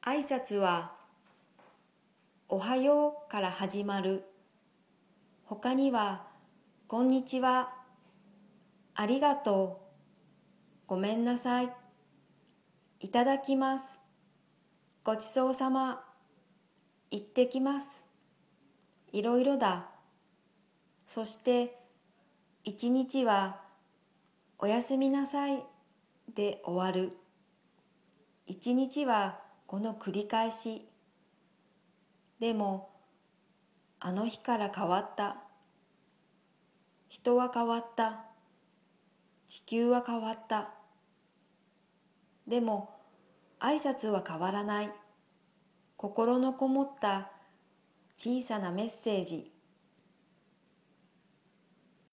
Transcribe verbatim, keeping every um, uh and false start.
挨拶はおはようから始まる。他にはこんにちは、ありがとう、ごめんなさい、いただきます、ごちそうさま、行ってきます、いろいろだ。そして一日はおやすみなさいで終わる。一日はこの繰り返し。でもあの日から変わった。人は変わった。地球は変わった。でも挨拶は変わらない。心のこもった小さなメッセージ。